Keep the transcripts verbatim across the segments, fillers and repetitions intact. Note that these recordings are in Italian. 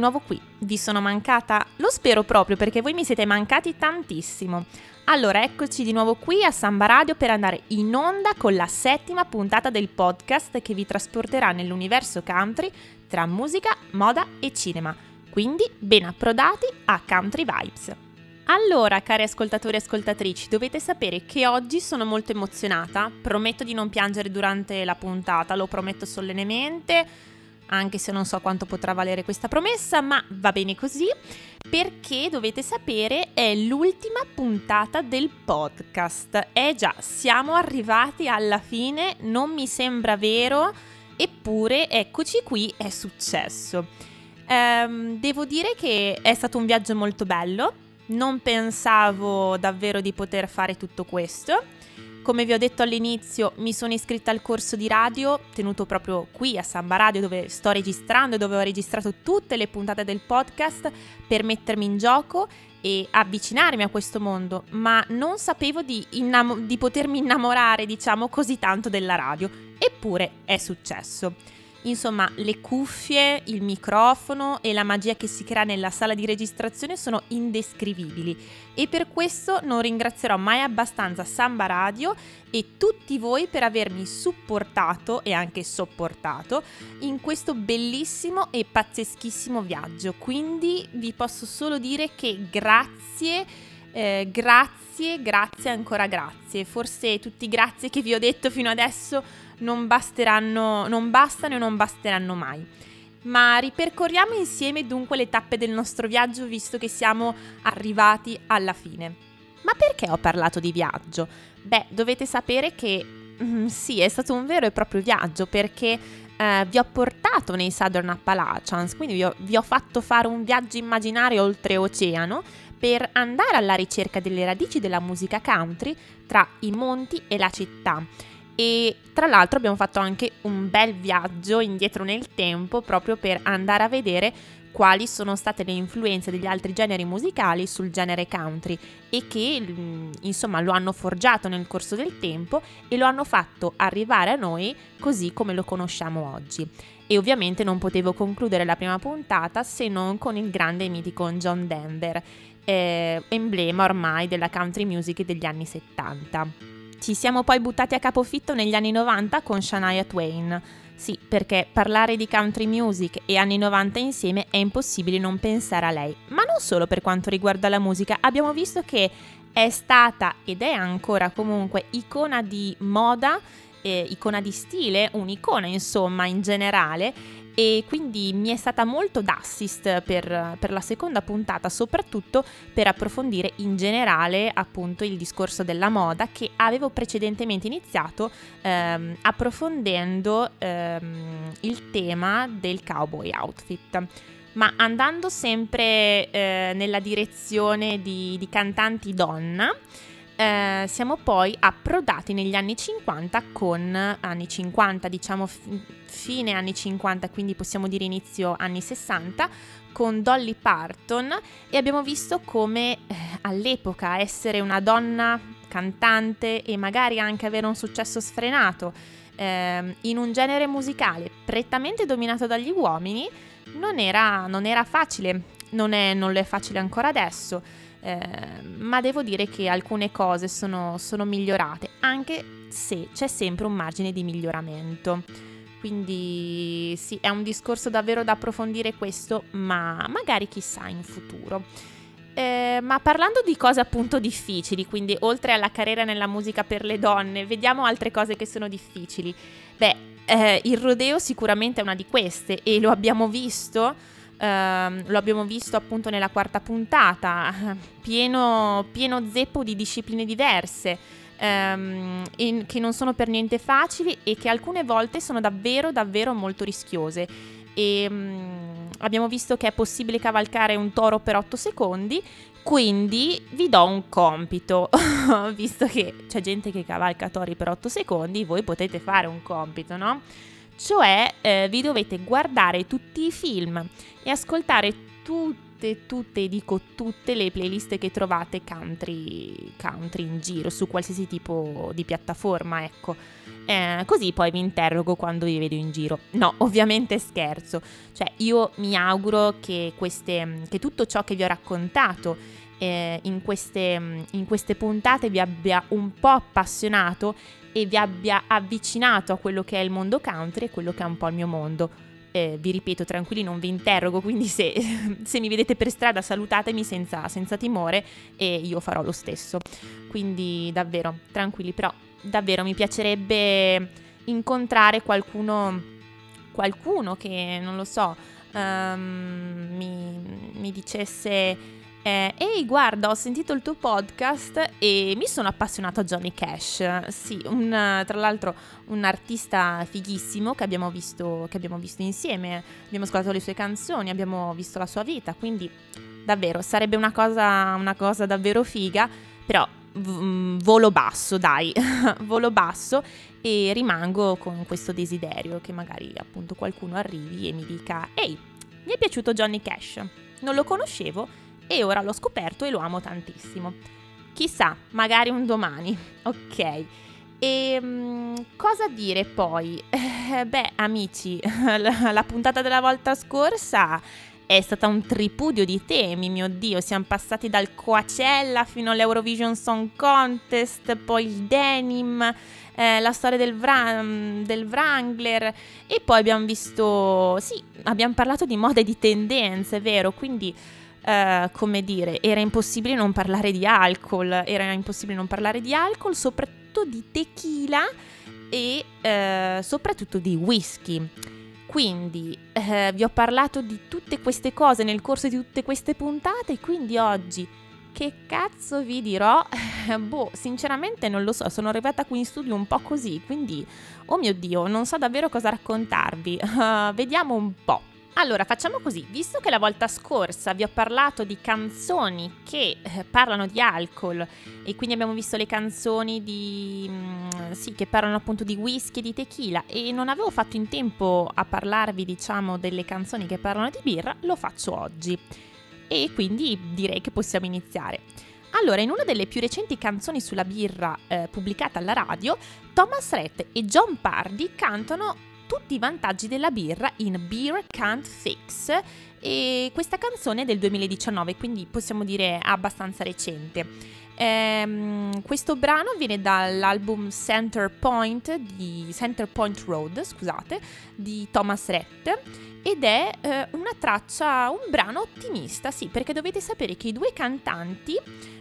nuovo qui. Vi sono mancata? Lo spero proprio, perché voi mi siete mancati tantissimo. Allora, eccoci di nuovo qui a Samba Radio per andare in onda con la settima puntata del podcast che vi trasporterà nell'universo country tra musica, moda e cinema. Quindi ben approdati a Country Vibes. Allora, cari ascoltatori e ascoltatrici, dovete sapere che oggi sono molto emozionata. Prometto di non piangere durante la puntata, lo prometto solennemente, anche se non so quanto potrà valere questa promessa, ma va bene così, perché dovete sapere è l'ultima puntata del podcast. Eh già, siamo arrivati alla fine, non mi sembra vero, eppure eccoci qui, è successo. Ehm, devo dire che è stato un viaggio molto bello. Non pensavo davvero di poter fare tutto questo. Come vi ho detto all'inizio, mi sono iscritta al corso di radio tenuto proprio qui a Samba Radio, dove sto registrando e dove ho registrato tutte le puntate del podcast per mettermi in gioco e avvicinarmi a questo mondo, ma non sapevo di, innamo- di potermi innamorare, diciamo, così tanto della radio. Eppure è successo. Insomma, le cuffie, il microfono e la magia che si crea nella sala di registrazione sono indescrivibili e per questo non ringrazierò mai abbastanza Samba Radio e tutti voi per avermi supportato e anche sopportato in questo bellissimo e pazzeschissimo viaggio. Quindi vi posso solo dire che grazie, eh, grazie, grazie ancora grazie. Forse tutti i grazie che vi ho detto fino adesso non basteranno, non bastano e non basteranno mai. Ma ripercorriamo insieme dunque le tappe del nostro viaggio, visto che siamo arrivati alla fine. Ma perché ho parlato di viaggio? Beh, dovete sapere che mm, sì, è stato un vero e proprio viaggio, perché eh, vi ho portato nei Southern Appalachians, quindi vi ho, vi ho fatto fare un viaggio immaginario oltreoceano per andare alla ricerca delle radici della musica country tra i monti e la città. E tra l'altro abbiamo fatto anche un bel viaggio indietro nel tempo proprio per andare a vedere quali sono state le influenze degli altri generi musicali sul genere country e che insomma lo hanno forgiato nel corso del tempo e lo hanno fatto arrivare a noi così come lo conosciamo oggi. E ovviamente non potevo concludere la prima puntata se non con il grande e mitico John Denver, eh, emblema ormai della country music degli anni settanta. Ci siamo poi buttati a capofitto negli anni novanta con Shania Twain. Sì, perché parlare di country music e anni novanta insieme è impossibile non pensare a lei. Ma non solo per quanto riguarda la musica, abbiamo visto che è stata ed è ancora comunque icona di moda, eh, icona di stile, un'icona insomma in generale. E quindi mi è stata molto d'assist per, per la seconda puntata, soprattutto per approfondire in generale appunto il discorso della moda che avevo precedentemente iniziato ehm, approfondendo ehm, il tema del cowboy outfit. Ma andando sempre eh, nella direzione di, di cantanti donna, Eh, siamo poi approdati negli anni cinquanta con anni cinquanta, diciamo f- fine anni cinquanta, quindi possiamo dire inizio anni sessanta, con Dolly Parton, e abbiamo visto come eh, all'epoca essere una donna cantante e magari anche avere un successo sfrenato eh, in un genere musicale prettamente dominato dagli uomini non era, non era facile, non è, non lo è facile ancora adesso. Eh, ma devo dire che alcune cose sono, sono migliorate, anche se c'è sempre un margine di miglioramento. Quindi sì, è un discorso davvero da approfondire questo, ma magari chissà in futuro. Eh, ma parlando di cose appunto difficili, quindi oltre alla carriera nella musica per le donne, vediamo altre cose che sono difficili. Beh, eh, il rodeo sicuramente è una di queste e lo abbiamo visto. Uh, lo abbiamo visto appunto nella quarta puntata, pieno, pieno zeppo di discipline diverse um, in, che non sono per niente facili e che alcune volte sono davvero davvero molto rischiose. E um, abbiamo visto che è possibile cavalcare un toro per otto secondi, quindi vi do un compito. Visto che c'è gente che cavalca tori per otto secondi, voi potete fare un compito, no? Cioè eh, vi dovete guardare tutti i film e ascoltare tutti tutte, tutte, dico tutte le playlist che trovate country, country in giro, su qualsiasi tipo di piattaforma, ecco. Eh, così poi vi interrogo quando vi vedo in giro. No, ovviamente scherzo. Cioè, io mi auguro che, queste, che tutto ciò che vi ho raccontato eh, in, queste, in queste puntate vi abbia un po' appassionato e vi abbia avvicinato a quello che è il mondo country e quello che è un po' il mio mondo. Eh, vi ripeto, tranquilli, non vi interrogo, quindi se, se mi vedete per strada salutatemi senza, senza timore e io farò lo stesso. Quindi davvero, tranquilli, però davvero mi piacerebbe incontrare qualcuno, qualcuno che, non lo so, um, mi, mi dicesse Eh, ehi, guarda, ho sentito il tuo podcast e mi sono appassionato a Johnny Cash. Sì, un, tra l'altro un artista fighissimo che abbiamo visto, che abbiamo visto insieme. Abbiamo ascoltato le sue canzoni, abbiamo visto la sua vita, quindi davvero sarebbe una cosa, una cosa davvero figa, però v- volo basso, dai, volo basso e rimango con questo desiderio che magari appunto qualcuno arrivi e mi dica ehi, mi è piaciuto Johnny Cash, non lo conoscevo e ora l'ho scoperto e lo amo tantissimo. Chissà, magari un domani. Ok. E um, cosa dire poi? Eh, beh, amici, la, la puntata della volta scorsa è stata un tripudio di temi, mio Dio. Siamo passati dal Coachella fino all'Eurovision Song Contest, poi il denim, eh, la storia del, Vra- del Wrangler e poi abbiamo visto, sì, abbiamo parlato di moda e di tendenze, vero? Quindi Uh, come dire, era impossibile non parlare di alcol, era impossibile non parlare di alcol, soprattutto di tequila e uh, soprattutto di whisky. Quindi uh, vi ho parlato di tutte queste cose nel corso di tutte queste puntate, quindi oggi che cazzo vi dirò? Boh, sinceramente non lo so, sono arrivata qui in studio un po' così, quindi, oh mio Dio, non so davvero cosa raccontarvi. Uh, vediamo un po'. Allora, facciamo così, visto che la volta scorsa vi ho parlato di canzoni che eh, parlano di alcol e quindi abbiamo visto le canzoni di mh, sì, che parlano appunto di whisky e di tequila e non avevo fatto in tempo a parlarvi, diciamo, delle canzoni che parlano di birra, lo faccio oggi. E quindi direi che possiamo iniziare. Allora, in una delle più recenti canzoni sulla birra eh, pubblicata alla radio, Thomas Rhett e Jon Pardi cantano tutti i vantaggi della birra in Beer Can't Fix e questa canzone è del duemiladiciannove, quindi possiamo dire abbastanza recente. Ehm, questo brano viene dall'album Center Point di Center Point Road, scusate, di Thomas Rhett ed è eh, una traccia, un brano ottimista, sì, perché dovete sapere che i due cantanti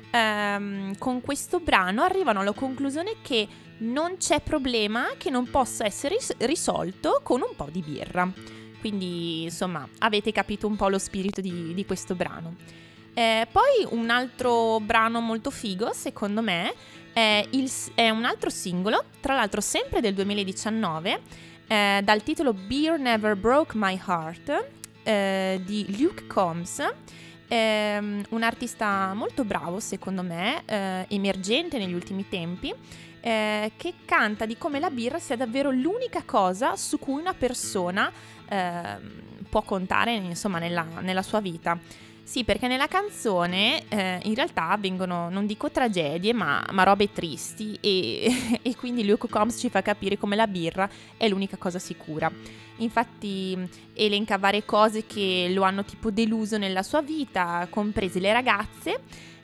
ehm, con questo brano arrivano alla conclusione che non c'è problema che non possa essere risolto con un po' di birra. Quindi, insomma, avete capito un po' lo spirito di, di questo brano. Eh, poi un altro brano molto figo, secondo me, è, il, è un altro singolo, tra l'altro sempre del duemiladiciannove, eh, dal titolo Beer Never Broke My Heart, eh, di Luke Combs. Eh, un artista molto bravo, secondo me, eh, emergente negli ultimi tempi, Eh, che canta di come la birra sia davvero l'unica cosa su cui una persona eh, può contare, insomma, nella, nella sua vita. Sì, perché nella canzone eh, in realtà avvengono, non dico tragedie, ma, ma robe tristi e, e quindi Luke Combs ci fa capire come la birra è l'unica cosa sicura. Infatti elenca varie cose che lo hanno tipo deluso nella sua vita, comprese le ragazze,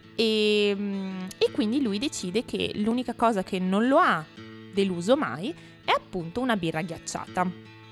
E, e quindi lui decide che l'unica cosa che non lo ha deluso mai è appunto una birra ghiacciata.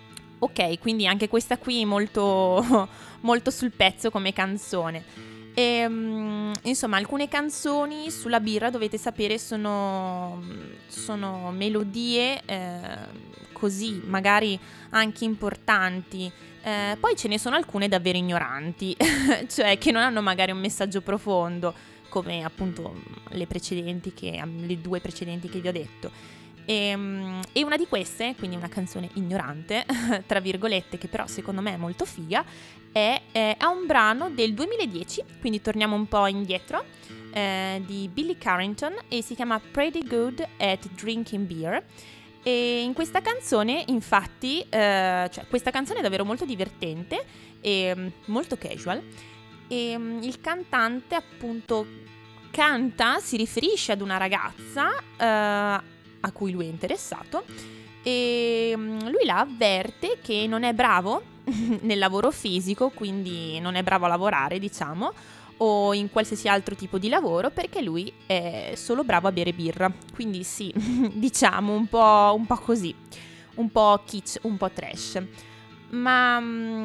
Ok, quindi anche questa qui molto, molto sul pezzo come canzone. E, insomma, alcune canzoni sulla birra, dovete sapere, sono, sono melodie eh, così, magari anche importanti. Eh, poi ce ne sono alcune davvero ignoranti, cioè che non hanno magari un messaggio profondo, come appunto le precedenti che, le due precedenti che vi ho detto. E, e una di queste, quindi una canzone ignorante, tra virgolette, che però secondo me è molto figa, è, è, è un brano del duemiladieci, quindi torniamo un po' indietro, eh, di Billy Carrington e si chiama Pretty Good at Drinking Beer. E in questa canzone, infatti, eh, cioè questa canzone è davvero molto divertente e molto casual. e um, il cantante appunto canta, si riferisce ad una ragazza uh, a cui lui è interessato e um, lui la avverte che non è bravo nel lavoro fisico, quindi non è bravo a lavorare, diciamo, o in qualsiasi altro tipo di lavoro, perché lui è solo bravo a bere birra. Quindi sì, diciamo un po', un po' così, un po' kitsch, un po' trash. Ma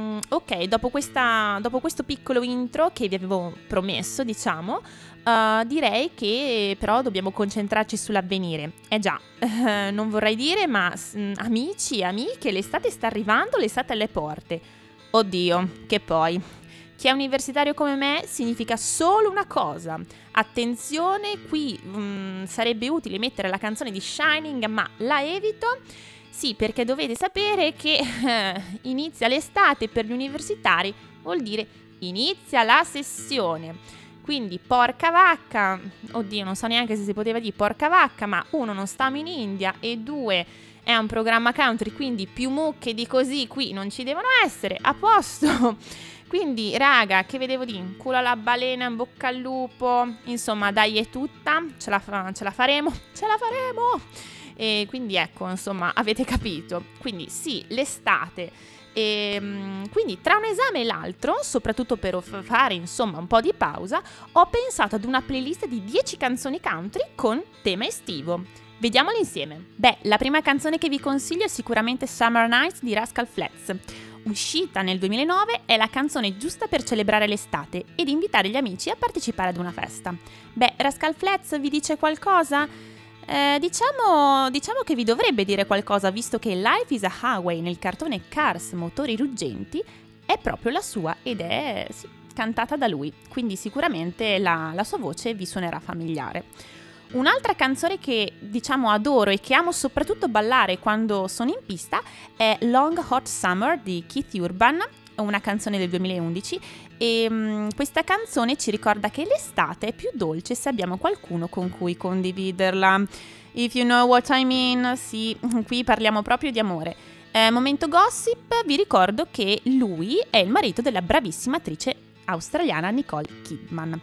ok, dopo, questa, dopo questo piccolo intro che vi avevo promesso, diciamo, uh, direi che però dobbiamo concentrarci sull'avvenire. Eh già, uh, non vorrei dire, ma s- amici e amiche, l'estate sta arrivando, l'estate è alle porte. Oddio, che poi... Chi è universitario come me significa solo una cosa. Attenzione, qui mh, sarebbe utile mettere la canzone di Shining, ma la evito. Sì, perché dovete sapere che eh, inizia l'estate per gli universitari, vuol dire inizia la sessione. Quindi porca vacca, oddio non so neanche se si poteva dire porca vacca, ma uno non stiamo in India e due è un programma country, quindi più mucche di così qui non ci devono essere, a posto. Quindi raga, che vedevo di culo alla balena, in bocca al lupo, insomma dai è tutta, ce la, fa- ce la faremo, ce la faremo! E quindi ecco, insomma, avete capito. Quindi sì, l'estate. E, quindi tra un esame e l'altro, soprattutto per fare insomma un po' di pausa, ho pensato ad una playlist di dieci canzoni country con tema estivo. Vediamole insieme. Beh, la prima canzone che vi consiglio è sicuramente Summer Nights di Rascal Flatts. Uscita nel duemilanove, è la canzone giusta per celebrare l'estate ed invitare gli amici a partecipare ad una festa. Beh, Rascal Flatts vi dice qualcosa? Eh, diciamo, diciamo che vi dovrebbe dire qualcosa, visto che Life is a Highway nel cartone Cars Motori Ruggenti è proprio la sua ed è sì, cantata da lui, quindi sicuramente la, la sua voce vi suonerà familiare. Un'altra canzone che diciamo adoro e che amo soprattutto ballare quando sono in pista è Long Hot Summer di Keith Urban, una canzone del duemilaundici e um, questa canzone ci ricorda che l'estate è più dolce se abbiamo qualcuno con cui condividerla. If you know what I mean, sì, qui parliamo proprio di amore. Eh, momento gossip, vi ricordo che lui è il marito della bravissima attrice australiana Nicole Kidman.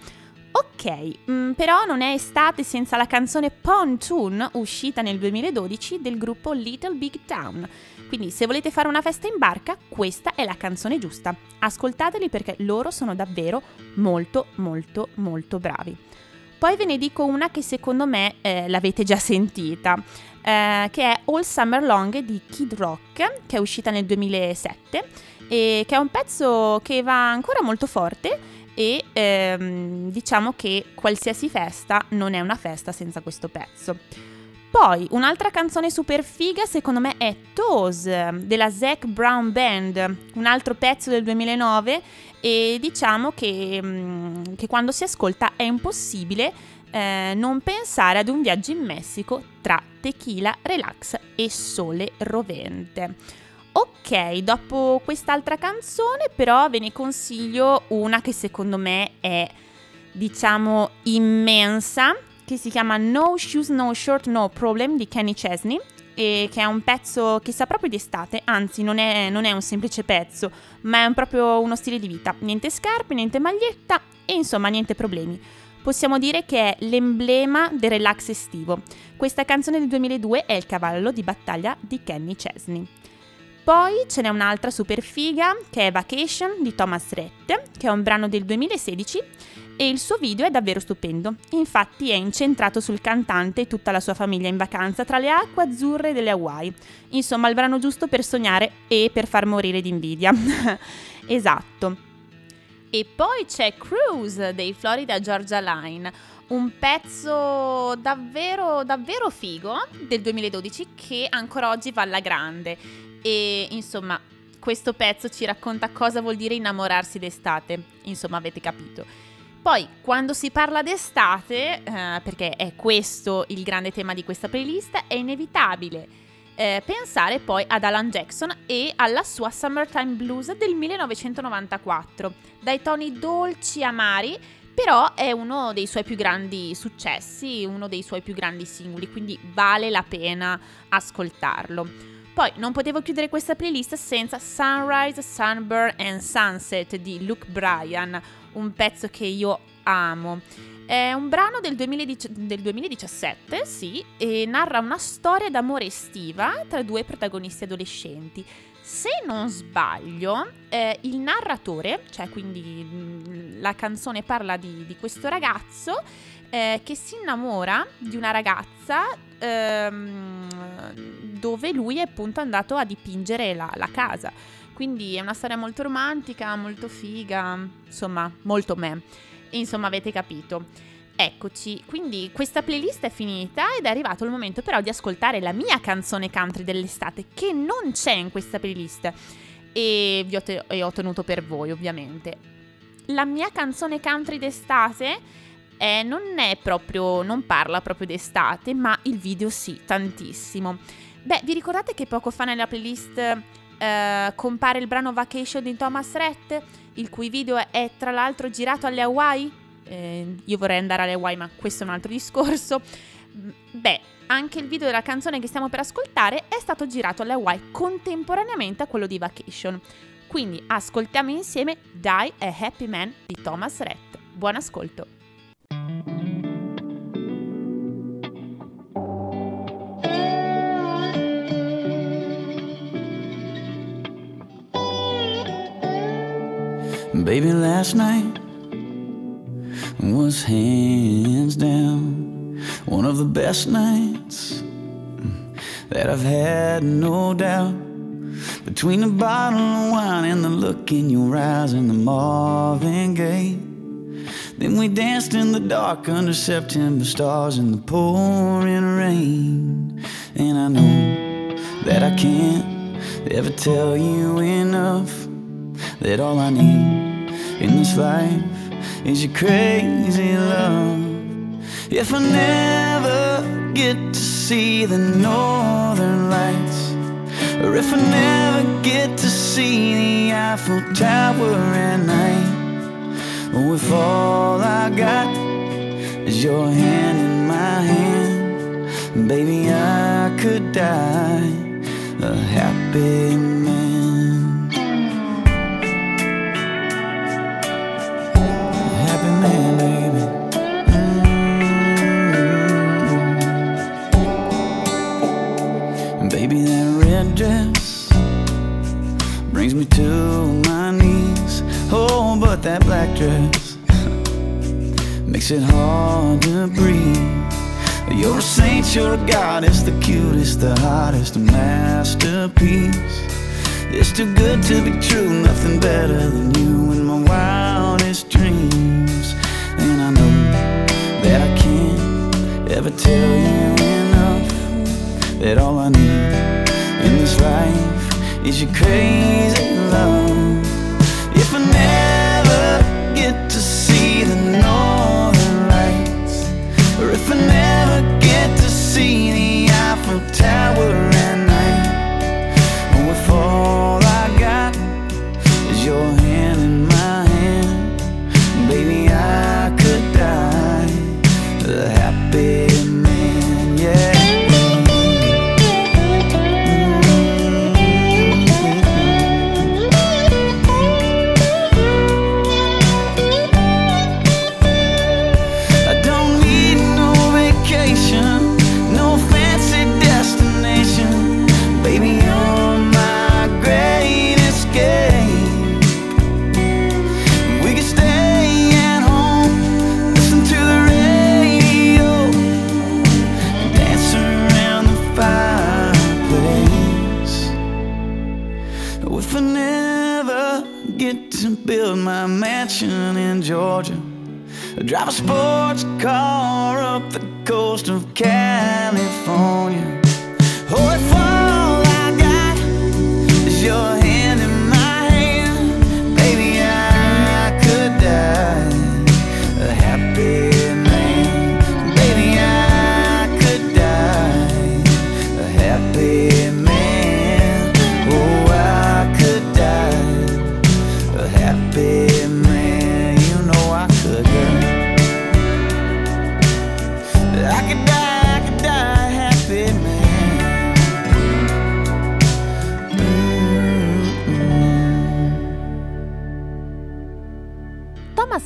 Ok, mh, però non è estate senza la canzone Pontoon, uscita nel duemiladodici del gruppo Little Big Town. Quindi se volete fare una festa in barca, questa è la canzone giusta. Ascoltateli perché loro sono davvero molto molto molto bravi. Poi ve ne dico una che secondo me eh, l'avete già sentita, eh, che è All Summer Long di Kid Rock, che è uscita nel duemilasette e che è un pezzo che va ancora molto forte. E ehm, diciamo che qualsiasi festa non è una festa senza questo pezzo. Poi un'altra canzone super figa secondo me è Toes della Zac Brown Band, un altro pezzo del duemilanove e diciamo che, mh, che quando si ascolta è impossibile eh, non pensare ad un viaggio in Messico tra tequila, relax e sole rovente. Ok, dopo quest'altra canzone però ve ne consiglio una che secondo me è, diciamo, immensa, che si chiama No Shoes, No Shirt, No Problem di Kenny Chesney, e che è un pezzo che sa proprio di estate, anzi non è, non è un semplice pezzo, ma è un proprio uno stile di vita. Niente scarpe, niente maglietta e insomma niente problemi. Possiamo dire che è l'emblema del relax estivo. Questa canzone del duemiladue è il cavallo di battaglia di Kenny Chesney. Poi ce n'è un'altra super figa che è Vacation di Thomas Rhett, che è un brano del duemilasedici e il suo video è davvero stupendo. Infatti è incentrato sul cantante e tutta la sua famiglia in vacanza tra le acque azzurre delle Hawaii. Insomma, il brano giusto per sognare e per far morire d'invidia. Esatto. E poi c'è Cruise dei Florida Georgia Line, un pezzo davvero davvero figo del duemiladodici che ancora oggi va alla grande. E insomma questo pezzo ci racconta cosa vuol dire innamorarsi d'estate, insomma avete capito. Poi quando si parla d'estate, eh, perché è questo il grande tema di questa playlist, è inevitabile eh, pensare poi ad Alan Jackson e alla sua Summertime Blues del millenovecentonovantaquattro, dai toni dolci amari, però è uno dei suoi più grandi successi, uno dei suoi più grandi singoli, quindi vale la pena ascoltarlo. Poi non potevo chiudere questa playlist senza Sunrise, Sunburn and Sunset di Luke Bryan, un pezzo che io amo. È un brano del, duemiladici- del duemiladiciassette, sì, e narra una storia d'amore estiva tra due protagonisti adolescenti. Se non sbaglio, eh, il narratore, cioè quindi mh, la canzone parla di, di questo ragazzo eh, che si innamora di una ragazza ehm, dove lui è appunto andato a dipingere la, la casa. Quindi è una storia molto romantica, molto figa, insomma, molto me. Insomma, avete capito. Eccoci, quindi questa playlist è finita ed è arrivato il momento però di ascoltare la mia canzone country dell'estate, che non c'è in questa playlist e vi ho, te- e ho tenuto per voi, ovviamente. La mia canzone country d'estate è, non è proprio, non parla proprio d'estate, ma il video sì, tantissimo. Beh, vi ricordate che poco fa nella playlist eh, compare il brano Vacation di Thomas Rhett, il cui video è tra l'altro girato alle Hawaii? Eh, io vorrei andare alle Hawaii, ma questo è un altro discorso. Beh, anche il video della canzone che stiamo per ascoltare è stato girato alle Hawaii contemporaneamente a quello di Vacation. Quindi ascoltiamo insieme Die a Happy Man di Thomas Rhett. Buon ascolto. Baby, last night was hands down one of the best nights that I've had, no doubt. Between the bottle of wine and the look in your eyes and the Marvin Gaye, then we danced in the dark under September stars in the pouring rain. And I know that I can't ever tell you enough that all I need in this life is your crazy love. If I never get to see the northern lights, or if I never get to see the Eiffel Tower at night, or if all I got is your hand in my hand, baby, I could die a happy man. Man, baby. Mm-hmm. Baby, that red dress brings me to my knees. Oh, but that black dress makes it hard to breathe. You're a saint, you're a goddess, the cutest, the hottest, a masterpiece. It's too good to be true, nothing better than you in my wildest dreams. And I know that I can't ever tell you enough that all I need in this life is your crazy love. If I never get to see the northern lights, or if I never get to see the Eiffel Tower at night, or if all I got is your hand in my hand, baby, I could die a happy man, yeah. I don't need no vacation, no fancy destination, baby, you're my great escape. We could stay at home, listen to the radio, dance around the fireplace. If I never get to build my mansion in Georgia, drive a sports car up the coast of California, or if all I got is your hand in my hand, baby, I could die a happy man. Baby, I could die a happy man. Oh, I could die a happy man. You know I could die. I could die, I could die a happy man. Mm-hmm.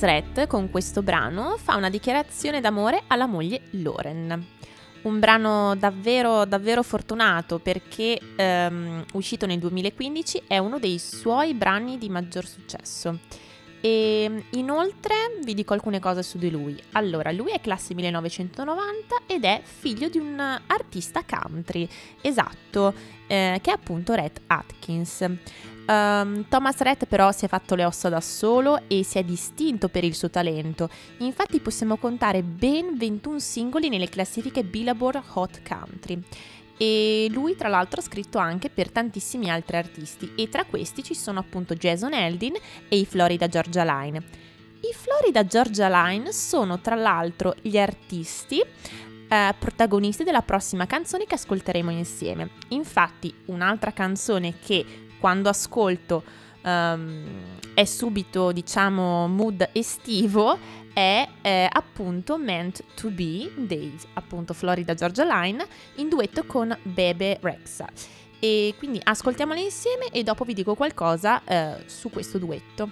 Rhett con questo brano fa una dichiarazione d'amore alla moglie Lauren. Un brano davvero davvero fortunato perché ehm, uscito nel duemilaquindici è uno dei suoi brani di maggior successo. E inoltre vi dico alcune cose su di lui. Allora, lui è classe millenovecentonovanta ed è figlio di un artista country, esatto, eh, che è appunto Rhett Akins. Um, Thomas Rhett però si è fatto le ossa da solo e si è distinto per il suo talento. Infatti possiamo contare ben ventuno singoli nelle classifiche Billboard Hot Country. E lui tra l'altro ha scritto anche per tantissimi altri artisti e tra questi ci sono appunto Jason Aldean e i Florida Georgia Line. I Florida Georgia Line sono tra l'altro gli artisti eh, protagonisti della prossima canzone che ascolteremo insieme. Infatti un'altra canzone che quando ascolto um, è subito diciamo mood estivo è eh, appunto Meant to Be dei appunto Florida Georgia Line in duetto con Bebe Rexha. E quindi ascoltiamole insieme e dopo vi dico qualcosa eh, su questo duetto.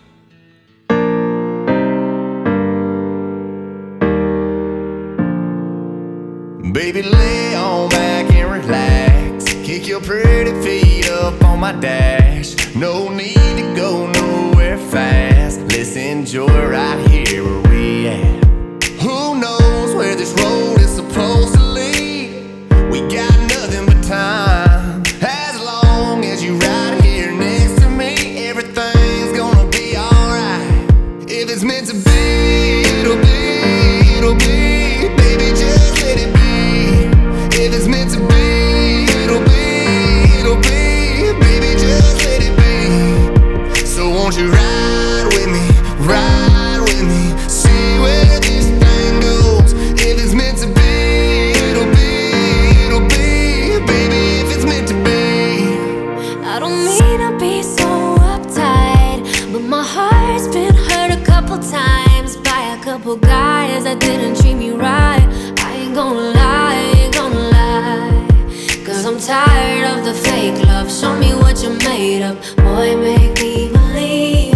Baby, lay on back and relax. Kick your pretty feet up on my dash. No need to go nowhere fast. Let's enjoy right here where we at. Who knows where this road is supposed to lead? We got nothing but time. As long as you right here next to me, everything's gonna be alright. If it's meant to be, it'll be, it'll be. Baby, just let it be. If it's meant to be, it'll be, it'll be. Baby, just let it be. So won't you ride with me, ride with me, see where this thing goes. If it's meant to be, it'll be, it'll be. Baby, if it's meant to be. I don't mean to be so uptight, but my heart's been hurt a couple times by a couple guys that didn't treat me right. I ain't gonna lie, I ain't gonna lie, cause I'm tired of the fake love. Show me what you're made of, boy, make me believe.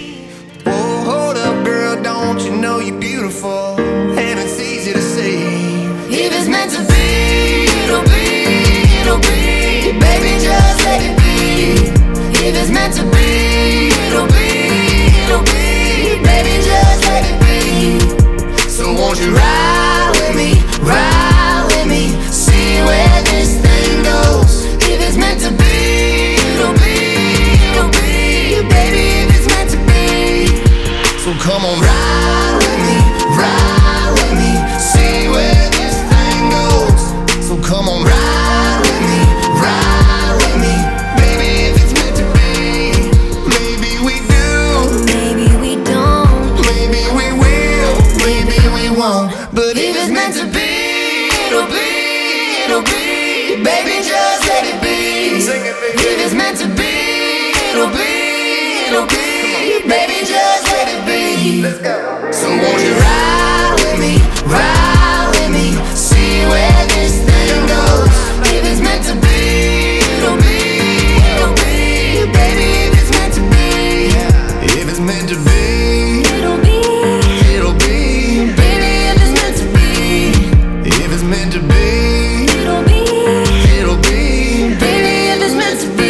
Whoa, hold up, girl, don't you know you're beautiful? And it's easy to see. If it's meant to be, it'll be, it'll be. Baby, just let it be. If it's meant to be, it'll be, it'll be. Baby, just let it be. So won't you ride with me, ride with me, see where this thing goes. If it's meant to be, it'll be, it'll be. Baby, if it's meant to be. So come on, ride with me, ride with me, see where this thing goes. So come on, ride with me, ride with me, baby, if it's meant to be. Maybe we do, Maybe we don't, maybe we will, maybe we won't. But if it's meant to be, it'll be, it'll be. Baby, just let it be. Sing it, baby. If it's meant to be, it'll be, it'll be. Baby, just let it be. Let's go. So won't you ride with me, ride with me, see where this thing goes. If it's meant to be, it'll be, it'll be. Baby, if it's meant to be, if it's meant to be, it'll be, it'll be. Baby, if it's meant to be, if it's meant to be, it'll be, it'll be. Baby, if it's meant to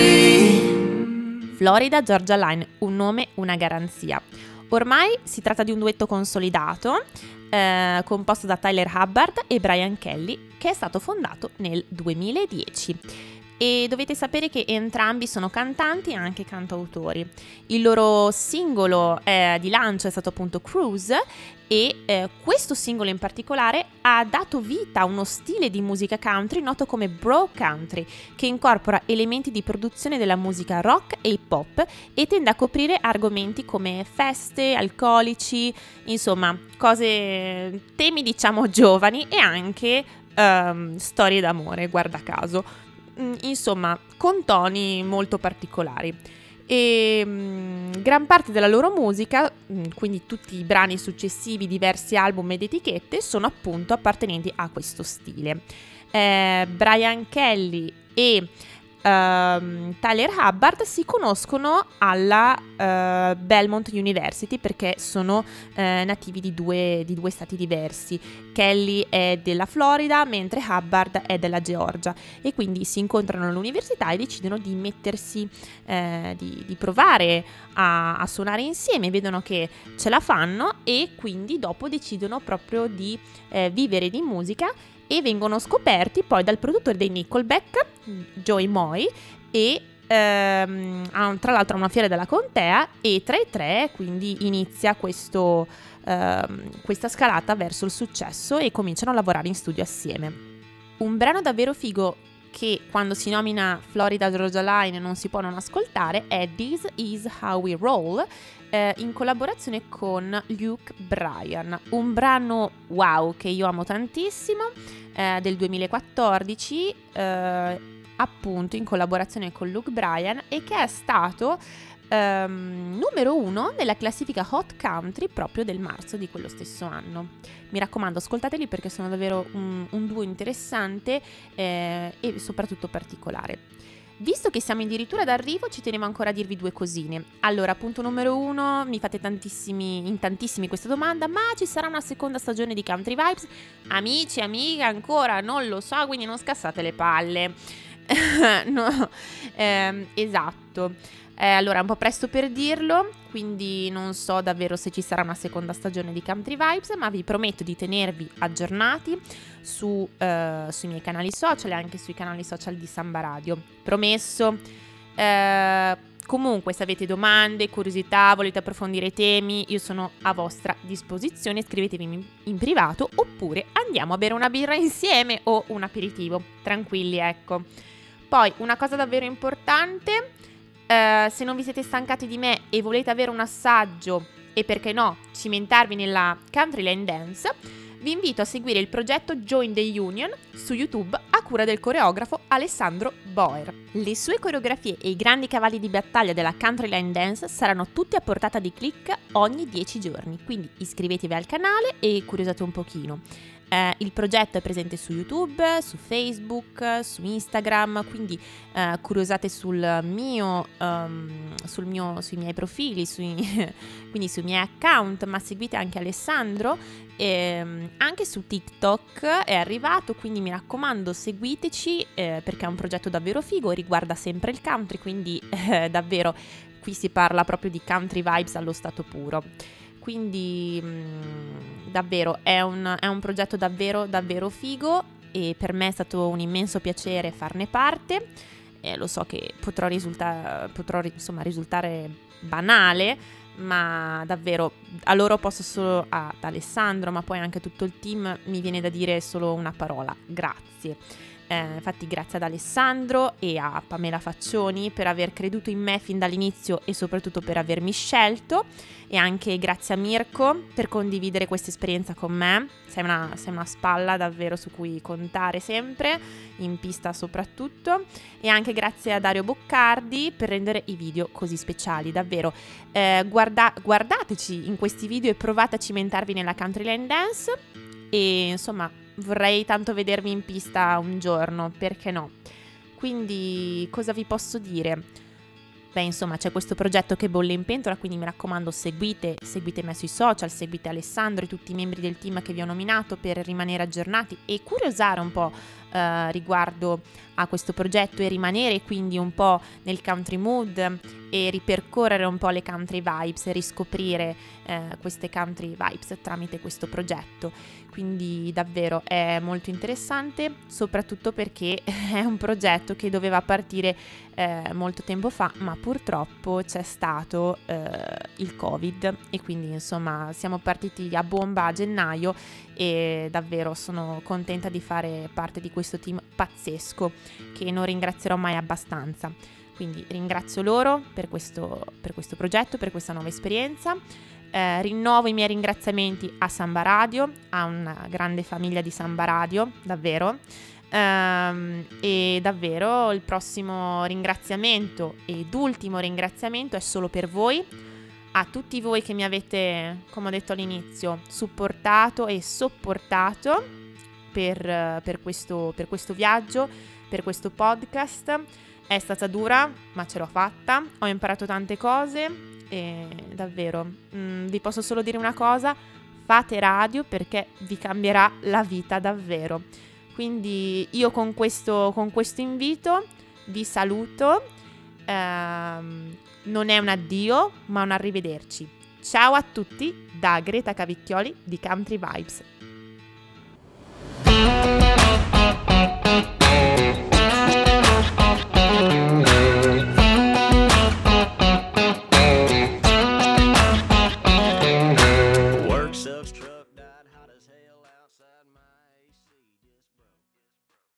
be. Florida Georgia Line, un nome, una garanzia. Ormai si tratta di un duetto consolidato, eh, composto da Tyler Hubbard e Brian Kelly, che è stato fondato nel duemiladieci. E dovete sapere che entrambi sono cantanti e anche cantautori. Il loro singolo eh, di lancio è stato appunto Cruise e eh, questo singolo in particolare ha dato vita a uno stile di musica country noto come bro country, che incorpora elementi di produzione della musica rock e hip hop e tende a coprire argomenti come feste, alcolici, insomma cose, temi diciamo giovani e anche um, storie d'amore, guarda caso. Insomma, con toni molto particolari. E mh, gran parte della loro musica, mh, quindi tutti i brani successivi, diversi album ed etichette, sono appunto appartenenti a questo stile. Eh, Brian Kelly e uh, Tyler Hubbard si conoscono alla uh, Belmont University perché sono uh, nativi di due, di due stati diversi. Kelly è della Florida mentre Hubbard è della Georgia, e quindi si incontrano all'università e decidono di mettersi, uh, di, di provare a, a suonare insieme. Vedono che ce la fanno e quindi dopo decidono proprio di uh, vivere di musica, e vengono scoperti poi dal produttore dei Nickelback, Joey Moy, e ehm, tra l'altro a una fiera della contea, e tra i tre quindi inizia questo, ehm, questa scalata verso il successo e cominciano a lavorare in studio assieme. Un brano davvero figo che quando si nomina Florida Georgia Line non si può non ascoltare è This Is How We Roll, eh, in collaborazione con Luke Bryan, un brano wow che io amo tantissimo, eh, del duemilaquattordici, eh, appunto in collaborazione con Luke Bryan, e che è stato Um, numero uno nella classifica Hot Country proprio del marzo di quello stesso anno. Mi raccomando, ascoltateli perché sono davvero un, un duo interessante eh, e soprattutto particolare. Visto che siamo addirittura d'arrivo, ci tenevo ancora a dirvi due cosine. Allora, punto numero uno, mi fate tantissimi, in tantissimi questa domanda: ma ci sarà una seconda stagione di Country Vibes? Amici, amiche, ancora non lo so, quindi non scassate le palle. No, eh, esatto. Eh, allora, è un po' presto per dirlo, quindi non so davvero se ci sarà una seconda stagione di Country Vibes, ma vi prometto di tenervi aggiornati su, eh, sui miei canali social e anche sui canali social di Samba Radio. Promesso. Eh, comunque, se avete domande, curiosità, volete approfondire i temi, io sono a vostra disposizione. Scrivetemi in, in privato oppure andiamo a bere una birra insieme o un aperitivo. Tranquilli, ecco. Poi, una cosa davvero importante. Uh, se non vi siete stancati di me e volete avere un assaggio e perché no cimentarvi nella Country Line Dance, vi invito a seguire il progetto Join the Union su YouTube a cura del coreografo Alessandro Boer. Le sue coreografie e i grandi cavalli di battaglia della Country Line Dance saranno tutti a portata di click ogni dieci giorni, quindi iscrivetevi al canale e curiosate un pochino. Eh, il progetto è presente su YouTube, su Facebook, su Instagram, quindi eh, curiosate sul mio, um, sul mio, sui miei profili, sui, quindi sui miei account, ma seguite anche Alessandro, e anche su TikTok è arrivato, quindi mi raccomando seguiteci eh, perché è un progetto davvero figo e riguarda sempre il country, quindi eh, davvero qui si parla proprio di country vibes allo stato puro. Quindi mh, davvero è un, è un progetto davvero davvero figo e per me è stato un immenso piacere farne parte. Eh, lo so che potrò, risulta- potrò insomma risultare banale, ma davvero a loro posso solo, ad Alessandro ma poi anche a tutto il team, mi viene da dire solo una parola: grazie. Eh, infatti grazie ad Alessandro e a Pamela Faccioni per aver creduto in me fin dall'inizio e soprattutto per avermi scelto, e anche grazie a Mirko per condividere questa esperienza con me. Sei una, sei una spalla davvero su cui contare sempre, in pista soprattutto, e anche grazie a Dario Boccardi per rendere i video così speciali. Davvero eh, guarda, guardateci in questi video e provate a cimentarvi nella Country Line Dance e insomma vorrei tanto vedervi in pista un giorno, perché no? Quindi cosa vi posso dire? Beh, insomma, c'è questo progetto che bolle in pentola, quindi mi raccomando seguite, seguite me sui social, seguite Alessandro e tutti i membri del team che vi ho nominato per rimanere aggiornati e curiosare un po' eh, riguardo a questo progetto e rimanere quindi un po' nel country mood e ripercorrere un po' le country vibes e riscoprire eh, queste country vibes tramite questo progetto. Quindi davvero è molto interessante, soprattutto perché è un progetto che doveva partire eh, molto tempo fa, ma purtroppo c'è stato eh, il Covid e quindi insomma siamo partiti a bomba a gennaio e davvero sono contenta di fare parte di questo team pazzesco che non ringrazierò mai abbastanza. Quindi ringrazio loro per questo, per questo progetto, per questa nuova esperienza. Eh, rinnovo i miei ringraziamenti a Samba Radio, a una grande famiglia di Samba Radio, davvero. Um, e davvero il prossimo ringraziamento ed ultimo ringraziamento è solo per voi, a tutti voi che mi avete, come ho detto all'inizio, supportato e sopportato per, per, questo, per questo viaggio, per questo podcast. È stata dura, ma ce l'ho fatta, ho imparato tante cose e davvero mh, vi posso solo dire una cosa: fate radio perché vi cambierà la vita davvero. Quindi io con questo, con questo invito vi saluto, ehm, non è un addio ma un arrivederci. Ciao a tutti da Greta Cavicchioli di Country Vibes.